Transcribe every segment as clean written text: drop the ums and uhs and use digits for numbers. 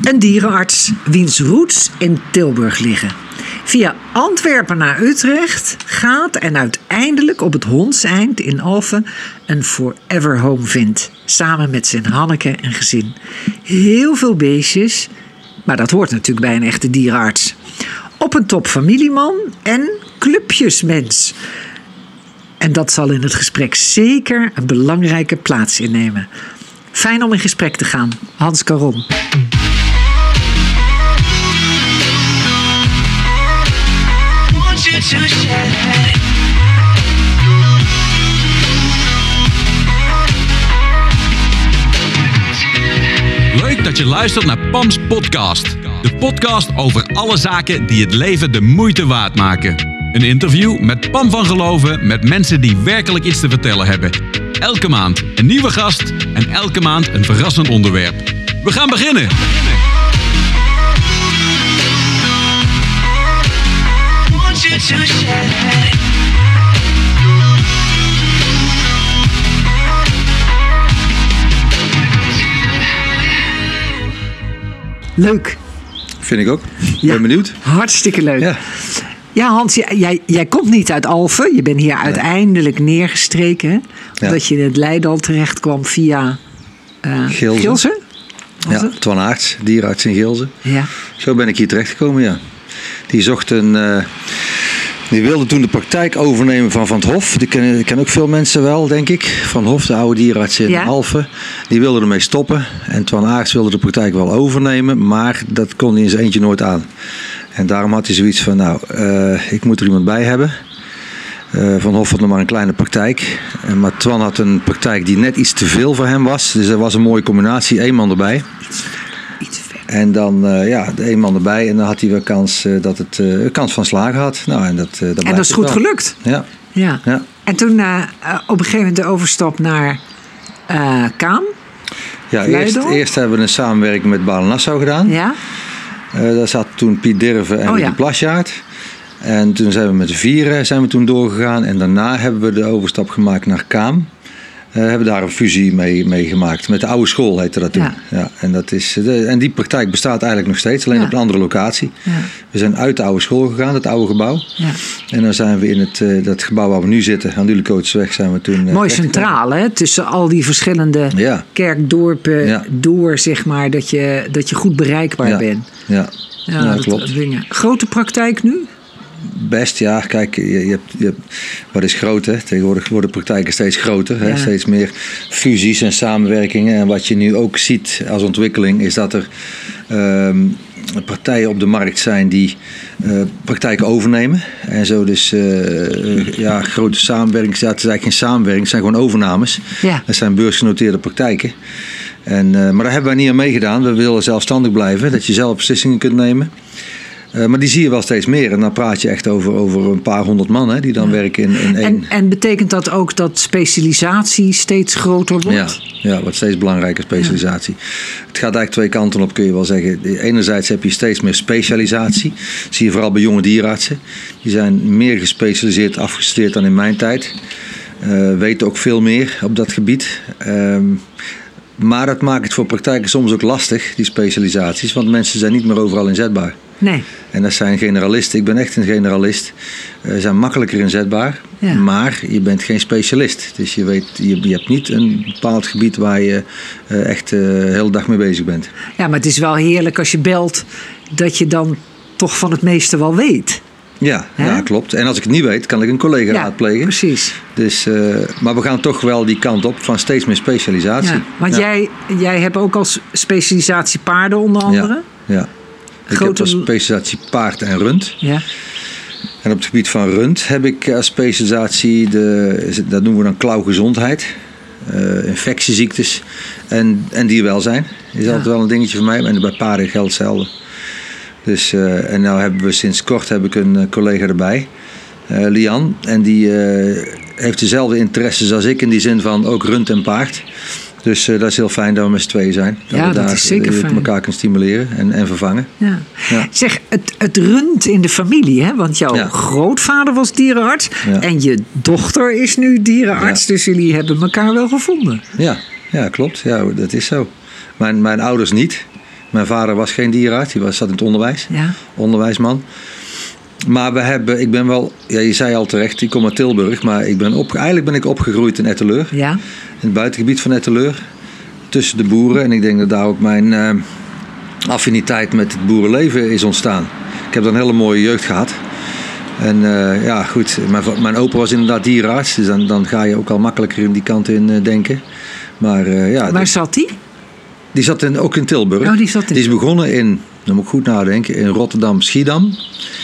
Een dierenarts wiens roots in Tilburg liggen. Via Antwerpen naar Utrecht gaat en uiteindelijk op het Hondseind in Alphen een forever home vindt. Samen met zijn Hanneke en gezin. Heel veel beestjes, maar dat hoort natuurlijk bij een echte dierenarts. Op een top familieman en clubjesmens. En dat zal in het gesprek zeker een belangrijke plaats innemen. Fijn om in gesprek te gaan. Hans Caron. Leuk dat je luistert naar Pam's podcast. De podcast over alle zaken die het leven de moeite waard maken. Een interview met Pam van Geloven met mensen die werkelijk iets te vertellen hebben. Elke maand een nieuwe gast en elke maand een verrassend onderwerp. We gaan beginnen! Leuk. Vind ik ook. Ja, Ben benieuwd. Hartstikke leuk. Ja, Hans, jij komt niet uit Alphen. Je bent hier uiteindelijk neergestreken. Omdat je in het Leidal terecht kwam via Gilze. Ja, Twan Aerts, dierenarts in Gilze. Ja. Zo ben ik hier terechtgekomen, ja. Die wilde toen de praktijk overnemen van het Hof. Die kennen ook veel mensen wel, denk ik. Van Hof, de oude dierenarts in Alphen. Die wilde ermee stoppen. En Twan Aerts wilde de praktijk wel overnemen. Maar dat kon hij in zijn eentje nooit aan. En daarom had hij zoiets van, ik moet er iemand bij hebben. Van Hof had nog maar een kleine praktijk. Maar Twan had een praktijk die net iets te veel voor hem was. Dus dat was een mooie combinatie. 1 man erbij. En dan de 1 man erbij. En dan had hij wel kans dat het kans van slagen had. Nou, en dat is goed gelukt. Ja. En toen op een gegeven moment de overstap naar Kaam. Ja, eerst hebben we een samenwerking met Balen-Nassau gedaan. Ja. Daar zat toen Piet Dirven en Rudy Plasjaard. En toen zijn we met de 4 doorgegaan. En daarna hebben we de overstap gemaakt naar Kaam. Hebben daar een fusie mee gemaakt. Met de oude school heette dat toen. Ja, en die praktijk bestaat eigenlijk nog steeds. Alleen op een andere locatie. Ja. We zijn uit de oude school gegaan. Het oude gebouw. Ja. En dan zijn we in dat gebouw waar we nu zitten. Aan Dulecootesweg zijn we toen... Mooi centraal, hè? Tussen al die verschillende kerkdorpen door, zeg maar. Dat je goed bereikbaar bent. Ja, klopt. Grote praktijk nu? Best, ja. Kijk, je hebt, wat is groot, hè? Tegenwoordig worden praktijken steeds groter. Hè? Steeds meer fusies en samenwerkingen. En wat je nu ook ziet als ontwikkeling is dat er partijen op de markt zijn die praktijken overnemen. En zo dus grote samenwerkingen. Ja, het is eigenlijk geen samenwerking, het zijn gewoon overnames. Ja. Dat zijn beursgenoteerde praktijken. Maar daar hebben wij niet aan meegedaan. We willen zelfstandig blijven, dat je zelf beslissingen kunt nemen. Maar die zie je wel steeds meer. En dan praat je echt over een paar 100 man hè, die dan werken in één. En betekent dat ook dat specialisatie steeds groter wordt? Ja, wat steeds belangrijker specialisatie. Ja. Het gaat eigenlijk 2 kanten op, kun je wel zeggen. Enerzijds heb je steeds meer specialisatie. Dat zie je vooral bij jonge dierenartsen. Die zijn meer gespecialiseerd, afgestudeerd dan in mijn tijd. Weten ook veel meer op dat gebied. Maar dat maakt het voor praktijken soms ook lastig, die specialisaties. Want mensen zijn niet meer overal inzetbaar. Nee. En dat zijn generalisten. Ik ben echt een generalist. Zijn makkelijker inzetbaar. Ja. Maar je bent geen specialist. Dus je hebt niet een bepaald gebied waar je echt de hele dag mee bezig bent. Ja, maar het is wel heerlijk als je belt dat je dan toch van het meeste wel weet. Ja, klopt. En als ik het niet weet, kan ik een collega raadplegen. Precies. Dus, maar we gaan toch wel die kant op van steeds meer specialisatie. Ja, want jij hebt ook als specialisatie paarden onder andere. Ja. Ik heb als specialisatie paard en rund. Ja. En op het gebied van rund heb ik als specialisatie, dat noemen we dan klauwgezondheid. Infectieziektes en dierwelzijn. Is altijd wel een dingetje voor mij. En bij paarden geldt hetzelfde. Dus, en nou hebben we sinds kort een collega erbij, Lian. En die heeft dezelfde interesses als ik in die zin van ook rund en paard. Dus dat is heel fijn dat we met z'n tweeën zijn. Dat is zeker fijn. Elkaar kunnen stimuleren en vervangen. Ja. Zeg, het runt in de familie, hè? Want jouw grootvader was dierenarts. Ja. En je dochter is nu dierenarts. Ja. Dus jullie hebben elkaar wel gevonden. Ja klopt. Ja, dat is zo. Mijn ouders niet. Mijn vader was geen dierenarts, die zat in het onderwijs. Ja. Onderwijsman. Maar ik ben wel, je zei al terecht, ik kom uit Tilburg, maar eigenlijk ben ik opgegroeid in Etteleur. Ja. In het buitengebied van Etteleur. Tussen de boeren. En ik denk dat daar ook mijn affiniteit met het boerenleven is ontstaan. Ik heb dan een hele mooie jeugd gehad. En goed, mijn opa was inderdaad dierenarts. Dus dan ga je ook al makkelijker in die kant in denken. Maar Waar zat die? Die zat ook in Tilburg. Oh, die is begonnen in, dan moet ik goed nadenken, in Rotterdam-Schiedam.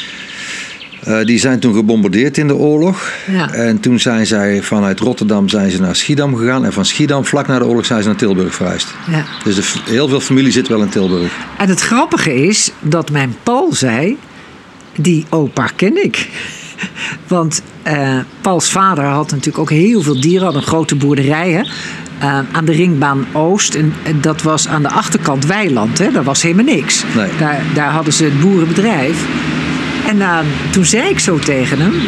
Die zijn toen gebombardeerd in de oorlog. Ja. En toen zijn zij vanuit Rotterdam naar Schiedam gegaan. En van Schiedam, vlak na de oorlog, zijn ze naar Tilburg verhuisd. Ja. Dus heel veel familie zit wel in Tilburg. En het grappige is dat mijn Paul zei, die opa ken ik. Want Pauls vader had natuurlijk ook heel veel dieren. Had een grote boerderij, hè? Aan de Ringbaan Oost. En dat was aan de achterkant weiland. Hè? Daar was helemaal niks. Nee. Daar hadden ze het boerenbedrijf. En toen zei ik zo tegen hem.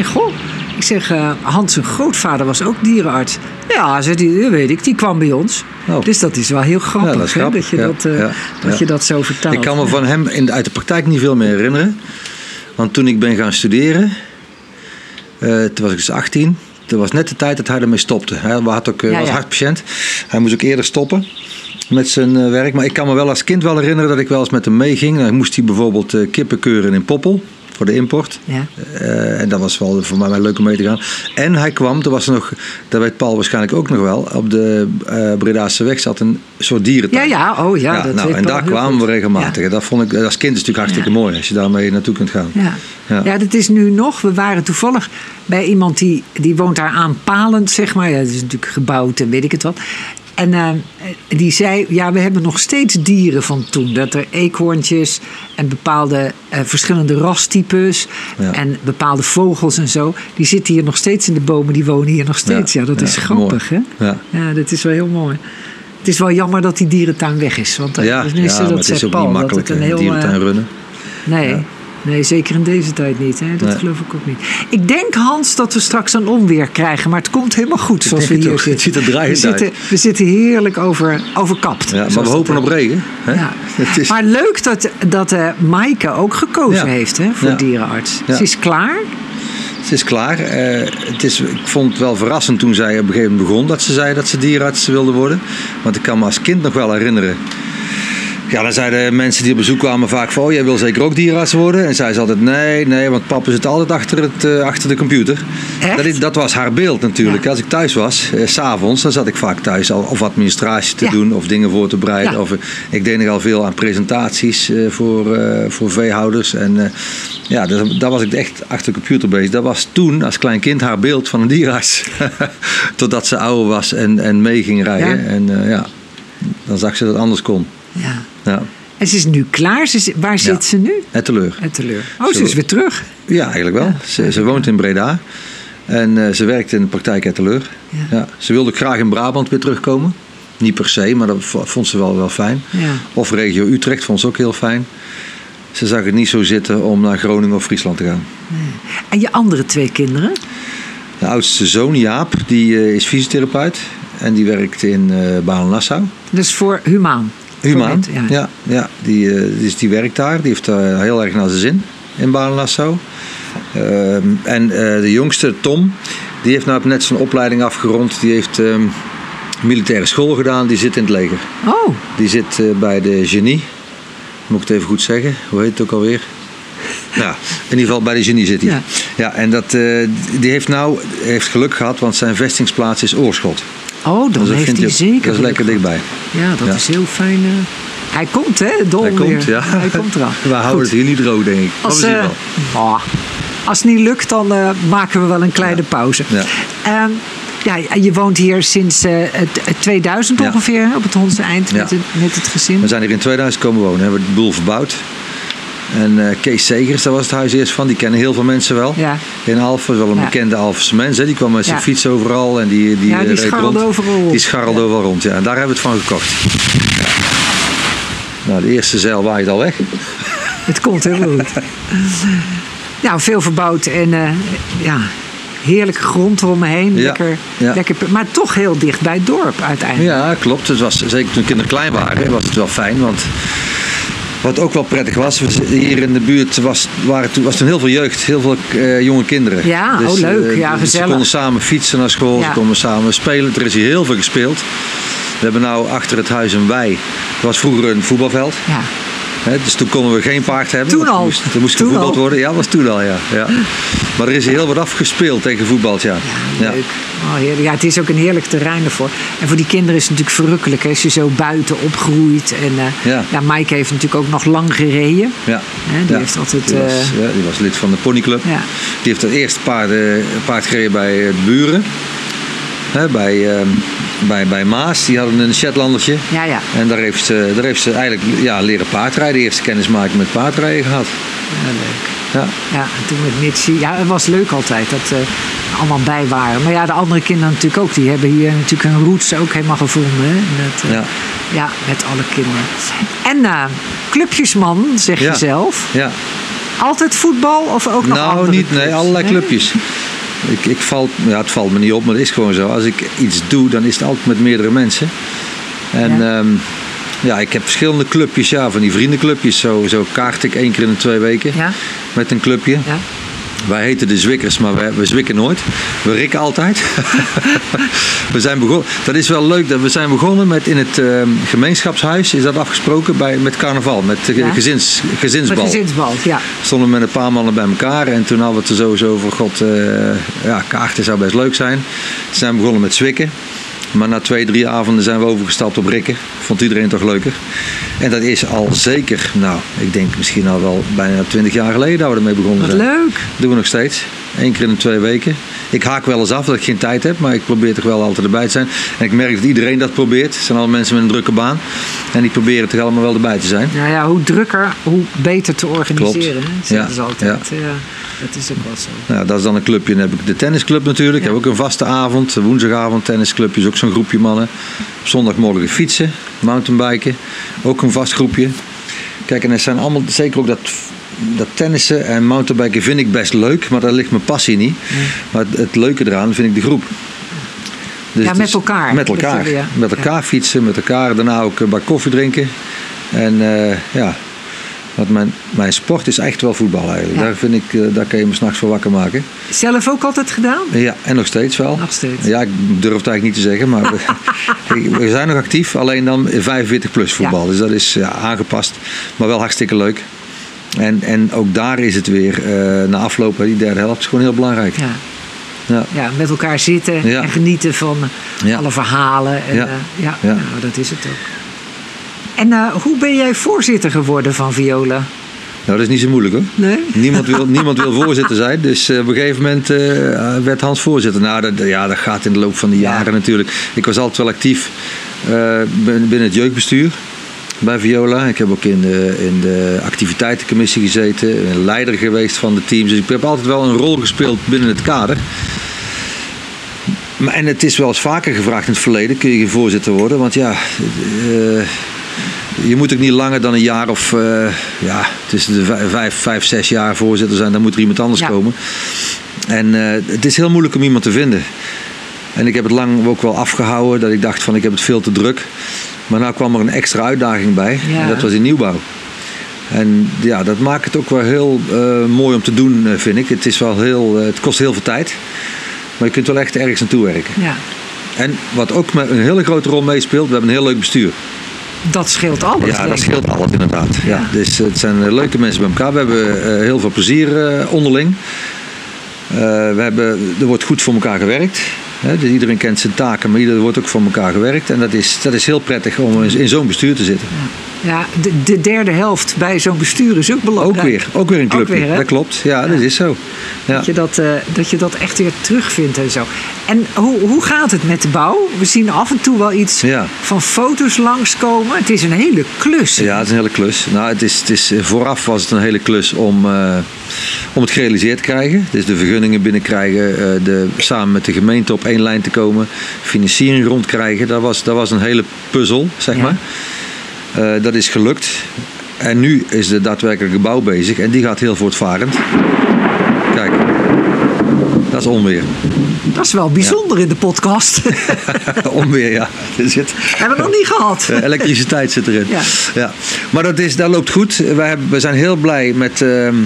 Ik zeg, Hans, zijn grootvader was ook dierenarts. Ja, zei die, dat weet ik, die kwam bij ons. Oh. Dus dat is wel heel grappig, Ja, dat is grappig. dat je dat zo vertelt. Ik kan me van hem uit de praktijk niet veel meer herinneren. Want toen ik ben gaan studeren, toen was ik dus 18. Dat was net de tijd dat hij ermee stopte. Hij was hartpatiënt. Hij moest ook eerder stoppen met zijn werk. Maar ik kan me wel als kind herinneren dat ik wel eens met hem meeging. Dan moest hij bijvoorbeeld kippen keuren in Poppel voor de import. Ja. En dat was wel voor mij leuk om mee te gaan. En hij kwam, dat weet Paul waarschijnlijk ook nog wel, op de Bredaanse weg zat een soort dierentuin. En daar kwamen we regelmatig. Ja. Dat vond ik als kind is natuurlijk hartstikke mooi als je daarmee naartoe kunt gaan. Ja, dat is nu nog. We waren toevallig bij iemand die woont daar aanpalend, zeg maar. Ja, dat is natuurlijk gebouwd en weet ik het wat. En die zei, we hebben nog steeds dieren van toen. Dat er eekhoorntjes en bepaalde verschillende rastypes en bepaalde vogels en zo. Die zitten hier nog steeds in de bomen, die wonen hier nog steeds. Ja, dat is grappig, mooi. Hè? Ja, dat is wel heel mooi. Het is wel jammer dat die dierentuin weg is. Want maar het is ook niet makkelijk, een dierentuin runnen. Nee. Ja. Nee, zeker in deze tijd niet. Hè? Dat geloof ik ook niet. Ik denk, Hans, dat we straks een onweer krijgen. Maar het komt helemaal goed zoals we hier zitten. Het ziet er draaiend uit. We zitten heerlijk overkapt. Ja, maar we hopen op regen. Hè? Ja. Maar leuk dat Maaike ook gekozen heeft voor dierenarts. Ja. Ze is klaar. Het is klaar. Ik vond het wel verrassend toen zij op een gegeven moment begon. Dat ze zei dat ze dierenarts wilde worden. Want ik kan me als kind nog wel herinneren. Ja, dan zeiden mensen die op bezoek kwamen vaak van, jij wil zeker ook dierenarts worden? En zij zei altijd, nee, want papa zit altijd achter de computer. Dat was haar beeld natuurlijk. Ja. Als ik thuis was, 's avonds, dan zat ik vaak thuis of administratie te doen of dingen voor te bereiden. Ja. Of ik deed nogal veel aan presentaties voor veehouders. En daar was ik echt achter de computer bezig. Dat was toen als klein kind haar beeld van een dierenarts. Totdat ze ouder was en mee ging rijden. Ja. En dan zag ze dat het anders kon. Ja. En ze is nu klaar. Waar zit ze nu? Etteleur. Oh, ze is weer terug. Ja, eigenlijk wel. Ze woont in Breda. En ze werkt in de praktijk Etteleur. Ja. Ze wilde graag in Brabant weer terugkomen. Niet per se, maar dat vond ze wel fijn. Ja. Of regio Utrecht vond ze ook heel fijn. Ze zag het niet zo zitten om naar Groningen of Friesland te gaan. Nee. En je andere 2 kinderen? De oudste zoon, Jaap, die is fysiotherapeut. En die werkt in Balen-Nassau. Dus voor Humaan? Humaan, ja. Die werkt daar. Die heeft heel erg naar zijn zin in Balen-Nassau. En de jongste, Tom, die heeft nou net zijn opleiding afgerond. Die heeft militaire school gedaan. Die zit in het leger. Oh. Die zit bij de Genie. Moet ik het even goed zeggen? Hoe heet het ook alweer? Ja, in ieder geval bij de Genie zit hij. Ja, en die heeft geluk gehad, want zijn vestingsplaats is Oorschot. Oh, dan heeft hij zeker. Dat is lekker dichtbij. Ja, dat is heel fijn. Hij komt, hè? Hij komt, ja. Hij komt eraan. We houden het hier niet droog, denk ik. Als het niet lukt, dan maken we wel een kleine pauze. Ja. Je woont hier sinds 2000 ongeveer op het Hondse Eind met het gezin. We zijn hier in 2000 komen wonen. We hebben de boel verbouwd. En Kees Segers, daar was het huis eerst van. Die kennen heel veel mensen wel. Ja. In Alphen, wel een bekende Alphense mens. Hè. Die kwam met zijn fiets overal. En die scharrelde overal rond. Die scharrelde overal rond, ja. En daar hebben we het van gekocht. Ja. Nou, de eerste zeil waait al weg. Het komt heel goed. Ja, veel verbouwd en heerlijke grond eromheen. Lekker, maar toch heel dicht bij het dorp uiteindelijk. Ja, klopt. Het was, zeker toen kinderen klein waren, was het wel fijn. Want Wat ook wel prettig was, hier in de buurt was toen heel veel jeugd, heel veel jonge kinderen. Ja, leuk. Ja, gezellig. Ze konden samen fietsen naar school, ze konden samen spelen. Er is hier heel veel gespeeld. We hebben nou achter het huis een wei. Er was vroeger een voetbalveld. Ja. Dus toen konden we geen paard hebben. Toen al. Er moest gevoetbald worden. Ja, dat was toen al, ja. Maar er is heel wat afgespeeld tegen voetbal, ja. Ja, leuk. Oh, heerlijk. Ja, het is ook een heerlijk terrein ervoor. En voor die kinderen is het natuurlijk verrukkelijk. Hè, als je zo buiten opgroeit. En Maaike heeft natuurlijk ook nog lang gereden. Ja. Die heeft altijd... die was lid van de ponyclub. Ja. Die heeft het eerste paard gereden bij de buren. Bij Maas, die hadden een Shetlandertje. Ja. En daar heeft ze eigenlijk leren paardrijden. De eerste kennismaking met paardrijden gehad. Ja, leuk. Ja, en toen met Mitchie. Ja, het was leuk altijd dat ze allemaal bij waren. Maar ja, de andere kinderen natuurlijk ook. Die hebben hier natuurlijk hun roots ook helemaal gevonden. Hè? Met alle kinderen. En clubjesman, zeg je zelf. Ja. Altijd voetbal of ook nog andere clubjes? Nee, allerlei clubjes. Het valt me niet op, maar het is gewoon zo. Als ik iets doe, dan is het altijd met meerdere mensen. En ik heb verschillende clubjes, van die vriendenclubjes. Zo kaart ik 1 keer in de 2 weken met een clubje. Ja. Wij heten de Zwikkers, maar we zwikken nooit. We rikken altijd. We zijn begonnen. Dat is wel leuk. We zijn begonnen met in het gemeenschapshuis. Is dat afgesproken met carnaval. Met gezinsbal. Met gezinsbal, ja. Stonden we met een paar mannen bij elkaar. En toen hadden we het er sowieso over. God, kaarten zou best leuk zijn. Toen zijn we begonnen met zwikken. Maar na 2-3 avonden zijn we overgestapt op rikken. Vond iedereen toch leuker. En dat is al zeker, ik denk misschien al wel bijna 20 jaar geleden dat we ermee begonnen zijn. Wat leuk. Dat doen we nog steeds. 1 keer in de 2 weken. Ik haak wel eens af dat ik geen tijd heb, maar ik probeer toch wel altijd erbij te zijn. En ik merk dat iedereen dat probeert. Het zijn allemaal mensen met een drukke baan. En die proberen toch allemaal wel erbij te zijn. Ja, hoe drukker, hoe beter te organiseren. Klopt. Dat is altijd. Ja. Dat is ook wel zo. Nou, dat is dan een clubje. Dan heb ik de tennisclub natuurlijk. Ik heb ook een vaste avond. Woensdagavond tennisclubje is ook zo'n groepje mannen. Op zondagmorgen fietsen, mountainbiken. Ook een vast groepje. Kijk, en er zijn allemaal, zeker ook dat tennissen en mountainbiken vind ik best leuk. Maar daar ligt mijn passie niet. Maar het leuke eraan vind ik de groep. Dus met elkaar. Met elkaar. Met elkaar fietsen, met elkaar. Daarna ook bij koffie drinken. En want mijn sport is echt wel voetbal eigenlijk. Ja. Daar kan je me 's nachts voor wakker maken. Zelf ook altijd gedaan? Ja, en nog steeds wel. Nog steeds. Ja, ik durf het eigenlijk niet te zeggen, maar we zijn nog actief. Alleen dan 45 plus voetbal. Ja. Dus dat is aangepast, maar wel hartstikke leuk. En ook daar is het weer, na afloop, die derde helft is gewoon heel belangrijk. Ja, met elkaar zitten en genieten van alle verhalen. En, dat is het ook. En hoe ben jij voorzitter geworden van Viola? Nou, dat is niet zo moeilijk hoor. Nee? Niemand wil voorzitter zijn. Dus op een gegeven moment werd Hans voorzitter. Nou, dat gaat in de loop van de jaren natuurlijk. Ik was altijd wel actief binnen het jeugdbestuur bij Viola. Ik heb ook in de activiteitencommissie gezeten. Ik ben leider geweest van de teams. Dus ik heb altijd wel een rol gespeeld binnen het kader. En het is wel eens vaker gevraagd in het verleden. Kun je voorzitter worden? Want je moet ook niet langer dan een jaar of tussen de 5, 6 jaar voorzitter zijn. Dan moet er iemand anders komen. En het is heel moeilijk om iemand te vinden. En ik heb het lang ook wel afgehouden. Dat ik dacht van ik heb het veel te druk. Maar nou kwam er een extra uitdaging bij. En dat was in nieuwbouw. En dat maakt het ook wel heel mooi om te doen, vind ik. Het kost heel veel tijd. Maar je kunt wel echt ergens naartoe werken. Ja. En wat ook een hele grote rol meespeelt. We hebben een heel leuk bestuur. Dat scheelt alles. Ja, dat scheelt alles inderdaad. Ja. Dus het zijn leuke mensen bij elkaar. We hebben heel veel plezier onderling. Er wordt goed voor elkaar gewerkt. Dus iedereen kent zijn taken, maar er wordt ook voor elkaar gewerkt. En dat is heel prettig om in zo'n bestuur te zitten. Ja, de derde helft bij zo'n bestuur is ook belangrijk. Ook weer een clubje, dat klopt. Ja, dat is zo. Ja. Dat je dat echt weer terugvindt en zo. En hoe gaat het met de bouw? We zien af en toe wel iets van foto's langskomen. Het is een hele klus. Ja, het is een hele klus. Nou, vooraf was het een hele klus om het gerealiseerd te krijgen. Dus de vergunningen binnenkrijgen, samen met de gemeente op één lijn te komen, financiering rondkrijgen. Dat was een hele puzzel, zeg maar. Dat is gelukt. En nu is de daadwerkelijke bouw bezig en die gaat heel voortvarend. Kijk, dat is onweer. Dat is wel bijzonder in de podcast. Onweer, ja. Hebben we nog niet gehad. Elektriciteit zit erin. Ja. Maar dat loopt goed. We zijn heel blij met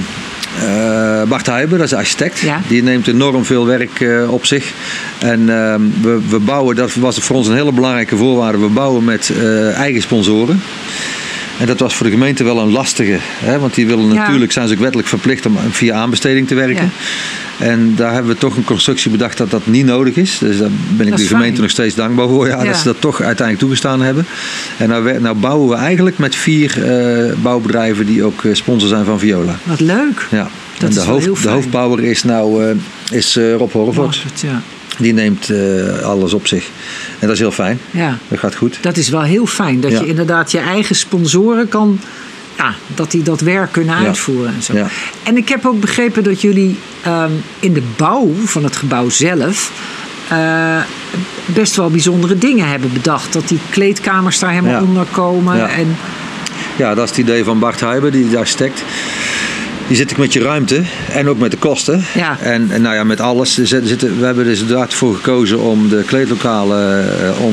Bart Huiber, dat is de architect. Ja. Die neemt enorm veel werk op zich. En we bouwen, dat was voor ons een hele belangrijke voorwaarde. We bouwen met eigen sponsoren. En dat was voor de gemeente wel een lastige. Hè? Want die willen natuurlijk, zijn ze ook wettelijk verplicht om via aanbesteding te werken. Ja. En daar hebben we toch een constructie bedacht dat dat niet nodig is. Dus daar ben ik de gemeente nog steeds dankbaar voor. Dat ze dat toch uiteindelijk toegestaan hebben. En nou bouwen we eigenlijk met 4 bouwbedrijven die ook sponsor zijn van Viola. Wat leuk. Ja. En de hoofdbouwer is Rob Horvoort. Ja. Die neemt alles op zich. En dat is heel fijn. Ja. Dat gaat goed. Dat is wel heel fijn. Dat je inderdaad je eigen sponsoren kan... Ja, dat die dat werk kunnen uitvoeren. En zo. Ja. En ik heb ook begrepen dat jullie in de bouw van het gebouw zelf... best wel bijzondere dingen hebben bedacht. Dat die kleedkamers daar helemaal onder komen. Ja. Ja, dat is het idee van Bart Huiber, die architect. Die zit ik met je ruimte en ook met de kosten. Ja. En nou ja, met alles. We hebben er dus inderdaad voor gekozen om de kleedlokalen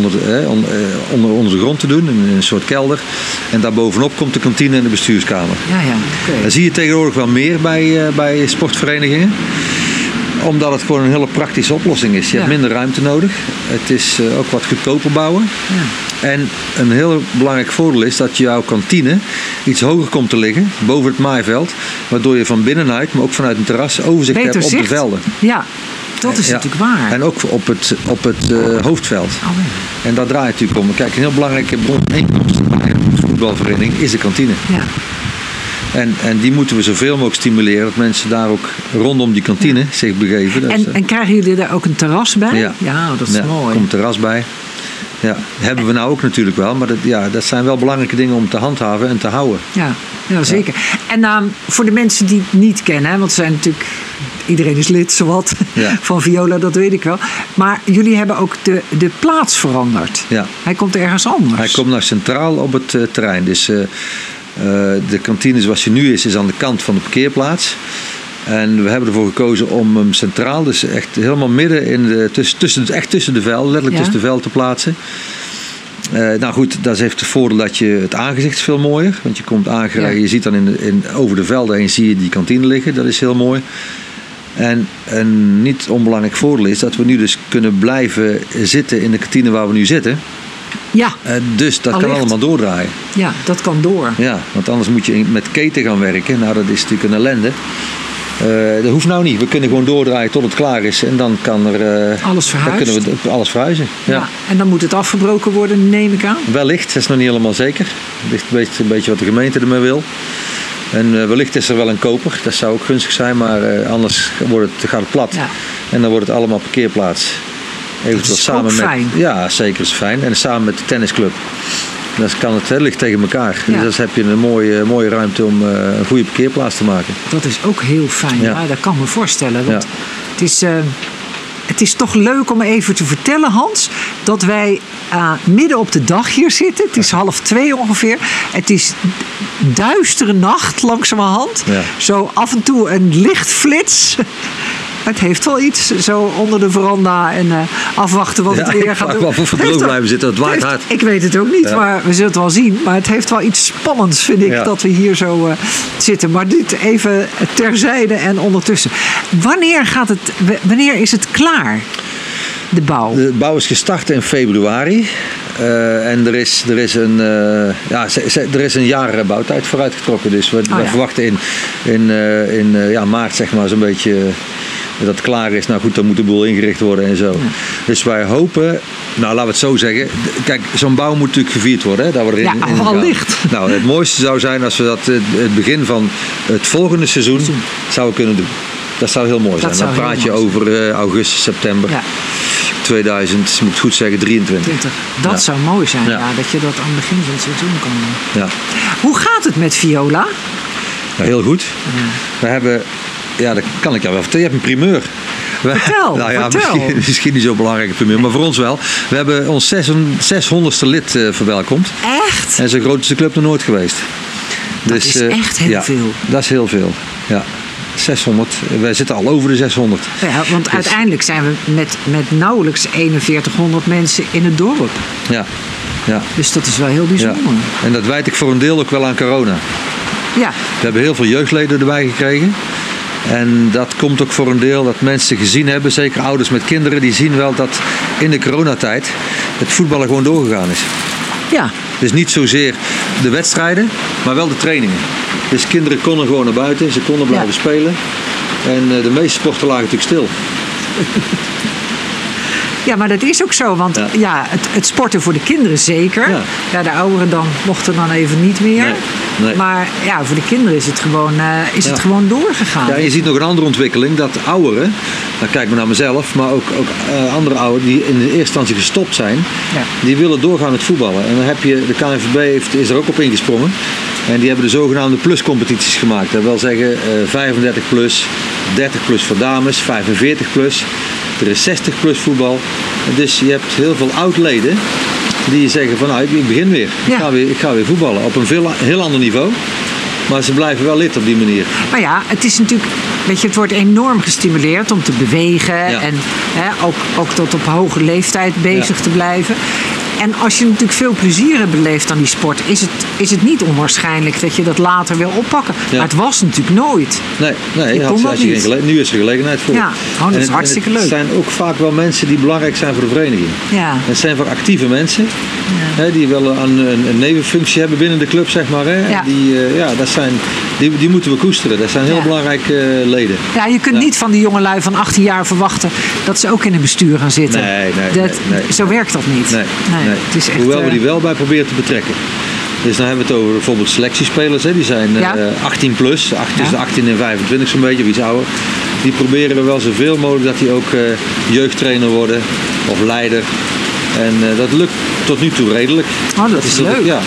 onder de grond te doen. In een soort kelder. En daarbovenop komt de kantine en de bestuurskamer. Ja, okay. Dat zie je tegenwoordig wel meer bij sportverenigingen. Omdat het gewoon een hele praktische oplossing is. Je hebt minder ruimte nodig. Het is ook wat goedkoper bouwen. Ja. En een heel belangrijk voordeel is dat jouw kantine iets hoger komt te liggen. Boven het maaiveld. Waardoor je van binnenuit, maar ook vanuit een terras overzicht hebt op de velden. Ja, dat is natuurlijk waar. En ook op het hoofdveld. Oh, ja. En daar draait het natuurlijk om. Kijk, een heel belangrijke inkomsten bij een voetbalvereniging is de kantine. Ja. En die moeten we zoveel mogelijk stimuleren. Dat mensen daar ook rondom die kantine zich begeven. En krijgen jullie daar ook een terras bij? Ja, dat is mooi. Er komt een terras bij. Ja, hebben we nou ook natuurlijk wel. Maar dat zijn wel belangrijke dingen om te handhaven en te houden. Ja, zeker. En voor de mensen die het niet kennen. Want er zijn natuurlijk... Iedereen is lid, zowat, van Viola, dat weet ik wel. Maar jullie hebben ook de plaats veranderd. Ja. Hij komt ergens anders. Hij komt nou centraal op het terrein. Dus... de kantine zoals hij nu is aan de kant van de parkeerplaats. En we hebben ervoor gekozen om hem centraal, dus echt helemaal midden in tussen de velden, letterlijk tussen de velden te plaatsen. Nou goed, dat heeft het voordeel dat het aangezicht is veel mooier. Want je komt aangereden, je ziet dan over de velden heen zie je die kantine liggen. Dat is heel mooi. En een niet onbelangrijk voordeel is dat we nu dus kunnen blijven zitten in de kantine waar we nu zitten. Ja. Dus dat kan allemaal doordraaien. Ja, dat kan door. Ja, want anders moet je met keten gaan werken. Nou, dat is natuurlijk een ellende. Dat hoeft nou niet. We kunnen gewoon doordraaien tot het klaar is. En dan kan er... alles verhuizen. Dan kunnen we alles verhuizen. Ja. En dan moet het afgebroken worden, neem ik aan? Wellicht, dat is nog niet helemaal zeker. Het ligt een beetje wat de gemeente ermee wil. En wellicht is er wel een koper. Dat zou ook gunstig zijn. Maar anders gaat het plat. Ja. En dan wordt het allemaal parkeerplaats. Eventueel samen fijn. Ja, zeker is fijn. En samen met de tennisclub. Het ligt tegen elkaar. Ja. Dus dan heb je een mooie ruimte om een goede parkeerplaats te maken. Dat is ook heel fijn. Ja, dat kan ik me voorstellen. Want het is toch leuk om even te vertellen, Hans, dat wij midden op de dag hier zitten. Het is 1:30 ongeveer. Het is duistere nacht langzamerhand. Ja. Zo af en toe een lichtflits. Het heeft wel iets, zo onder de veranda en afwachten wat het weer gaat doen. Of we droog blijven zitten, het waait hard. Ik weet het ook niet, maar we zullen het wel zien. Maar het heeft wel iets spannends, vind ik, dat we hier zo zitten. Maar dit even terzijde en ondertussen. Wanneer is het klaar, de bouw? De bouw is gestart in februari. En er is een jaar bouwtijd vooruitgetrokken. Dus we verwachten in maart zeg maar zo'n beetje... dat het klaar is. Nou goed, dan moet de boel ingericht worden en zo. Ja. Dus wij hopen, nou laten we het zo zeggen. Kijk, zo'n bouw moet natuurlijk gevierd worden. Hè, dat we erin allicht. Nou, het mooiste zou zijn als we dat het begin van het volgende seizoen zouden kunnen doen. Dat zou heel mooi zijn. Dan praat je over augustus, september 2000, moet ik goed zeggen, 23. Dat zou mooi zijn, dat je dat aan het begin van het seizoen kan doen. Ja. Hoe gaat het met Viola? Ja, heel goed. Ja. We hebben... Ja, dat kan ik jou wel vertellen. Je hebt een primeur. Vertel. Misschien niet zo belangrijke primeur, maar voor ons wel. We hebben ons 600ste lid verwelkomd. Echt? En zo'n groot is de club nog nooit geweest. Dat is echt heel veel. Dat is heel veel, ja. 600. Wij zitten al over de 600. Ja, want uiteindelijk zijn we met nauwelijks 4100 mensen in het dorp. Ja. Dus dat is wel heel bijzonder. Ja. En dat wijt ik voor een deel ook wel aan corona. Ja. We hebben heel veel jeugdleden erbij gekregen. En dat komt ook voor een deel dat mensen gezien hebben, zeker ouders met kinderen, die zien wel dat in de coronatijd het voetballen gewoon doorgegaan is. Ja. Dus niet zozeer de wedstrijden, maar wel de trainingen. Dus kinderen konden gewoon naar buiten, ze konden blijven spelen. En de meeste sporten lagen natuurlijk stil. Ja, maar dat is ook zo, want het sporten voor de kinderen zeker. Ja, de ouderen dan mochten dan even niet meer. Nee. Maar ja, voor de kinderen is het gewoon doorgegaan. Ja, en je ziet nog een andere ontwikkeling, dat ouderen, dan kijk maar naar mezelf, maar ook andere ouderen die in de eerste instantie gestopt zijn, die willen doorgaan met voetballen. En dan heb je, de KNVB is er ook op ingesprongen. En die hebben de zogenaamde pluscompetities gemaakt. Dat wil zeggen 35 plus, 30 plus voor dames, 45 plus. Er is 60 plus voetbal. Dus je hebt heel veel oud-leden die zeggen van nou, ik begin weer. Ik ga weer voetballen op een heel ander niveau. Maar ze blijven wel lid op die manier. Maar ja, het is natuurlijk, het wordt enorm gestimuleerd om te bewegen. En ook tot op hoge leeftijd bezig te blijven. En als je natuurlijk veel plezier hebt beleefd aan die sport, is het niet onwaarschijnlijk dat je dat later wil oppakken. Ja. Maar het was natuurlijk nooit. Nee, nu is er gelegenheid voor. Ja, dat is hartstikke leuk. Het zijn ook vaak wel mensen die belangrijk zijn voor de vereniging. Ja. Het zijn vaak actieve mensen die wel een nevenfunctie hebben binnen de club, zeg maar. Ja. Die moeten we koesteren. Dat zijn heel belangrijke leden. Ja, je kunt niet van die jongelui van 18 jaar verwachten dat ze ook in een bestuur gaan zitten. Nee. Zo werkt dat niet. Nee. Het is echt, hoewel we die wel bij proberen te betrekken. Dus dan hebben we het over bijvoorbeeld selectiespelers. Die zijn 18 plus, tussen 18 en 25 zo'n beetje, of iets ouder. Die proberen we wel zoveel mogelijk dat die ook jeugdtrainer worden of leider. En dat lukt tot nu toe redelijk. Oh, dat is leuk. Ja.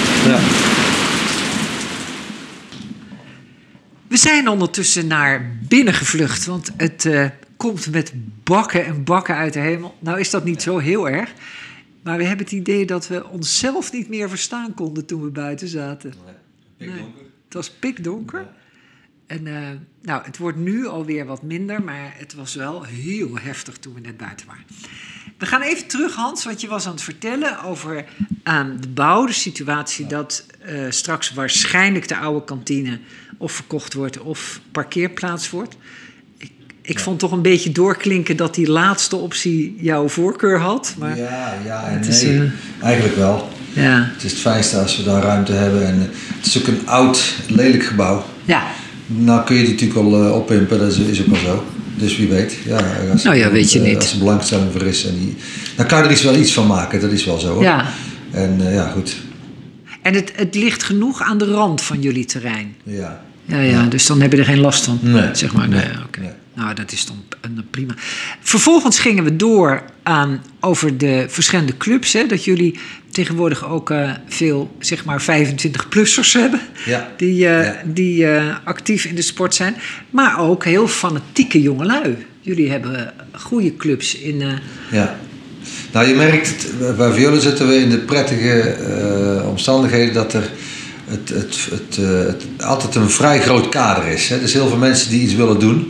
We zijn ondertussen naar binnen gevlucht, want het komt met bakken en bakken uit de hemel. Nou is dat niet zo heel erg. Maar we hebben het idee dat we onszelf niet meer verstaan konden toen we buiten zaten. Pikdonker. Het was pikdonker. Ja. En het wordt nu alweer wat minder, maar het was wel heel heftig toen we net buiten waren. We gaan even terug, Hans, want je was aan het vertellen over de bouw, de situatie dat straks waarschijnlijk de oude kantine of verkocht wordt of parkeerplaats wordt. Ik vond toch een beetje doorklinken dat die laatste optie jouw voorkeur had. Maar eigenlijk wel. Ja. Het is het fijnste als we daar ruimte hebben. En het is ook een oud, lelijk gebouw. Ja. Nou kun je die natuurlijk al oppimpen, dat is ook wel zo. Dus wie weet. Weet je niet. Als er belangstelling voor is. Dan kan je er wel iets van maken, dat is wel zo. Hoor. Ja. En goed. En het ligt genoeg aan de rand van jullie terrein. Ja. Dus dan heb je er geen last van. Nee. Zeg maar. Nee. Nou, dat is dan prima. Vervolgens gingen we door over de verschillende clubs. Hè, dat jullie tegenwoordig ook veel, 25-plussers hebben. Ja. Die actief in de sport zijn. Maar ook heel fanatieke jongelui. Jullie hebben goede clubs in... Ja. Nou, je merkt, bij Viola zitten we in de prettige omstandigheden dat er altijd een vrij groot kader is. Hè. Dus heel veel mensen die iets willen doen.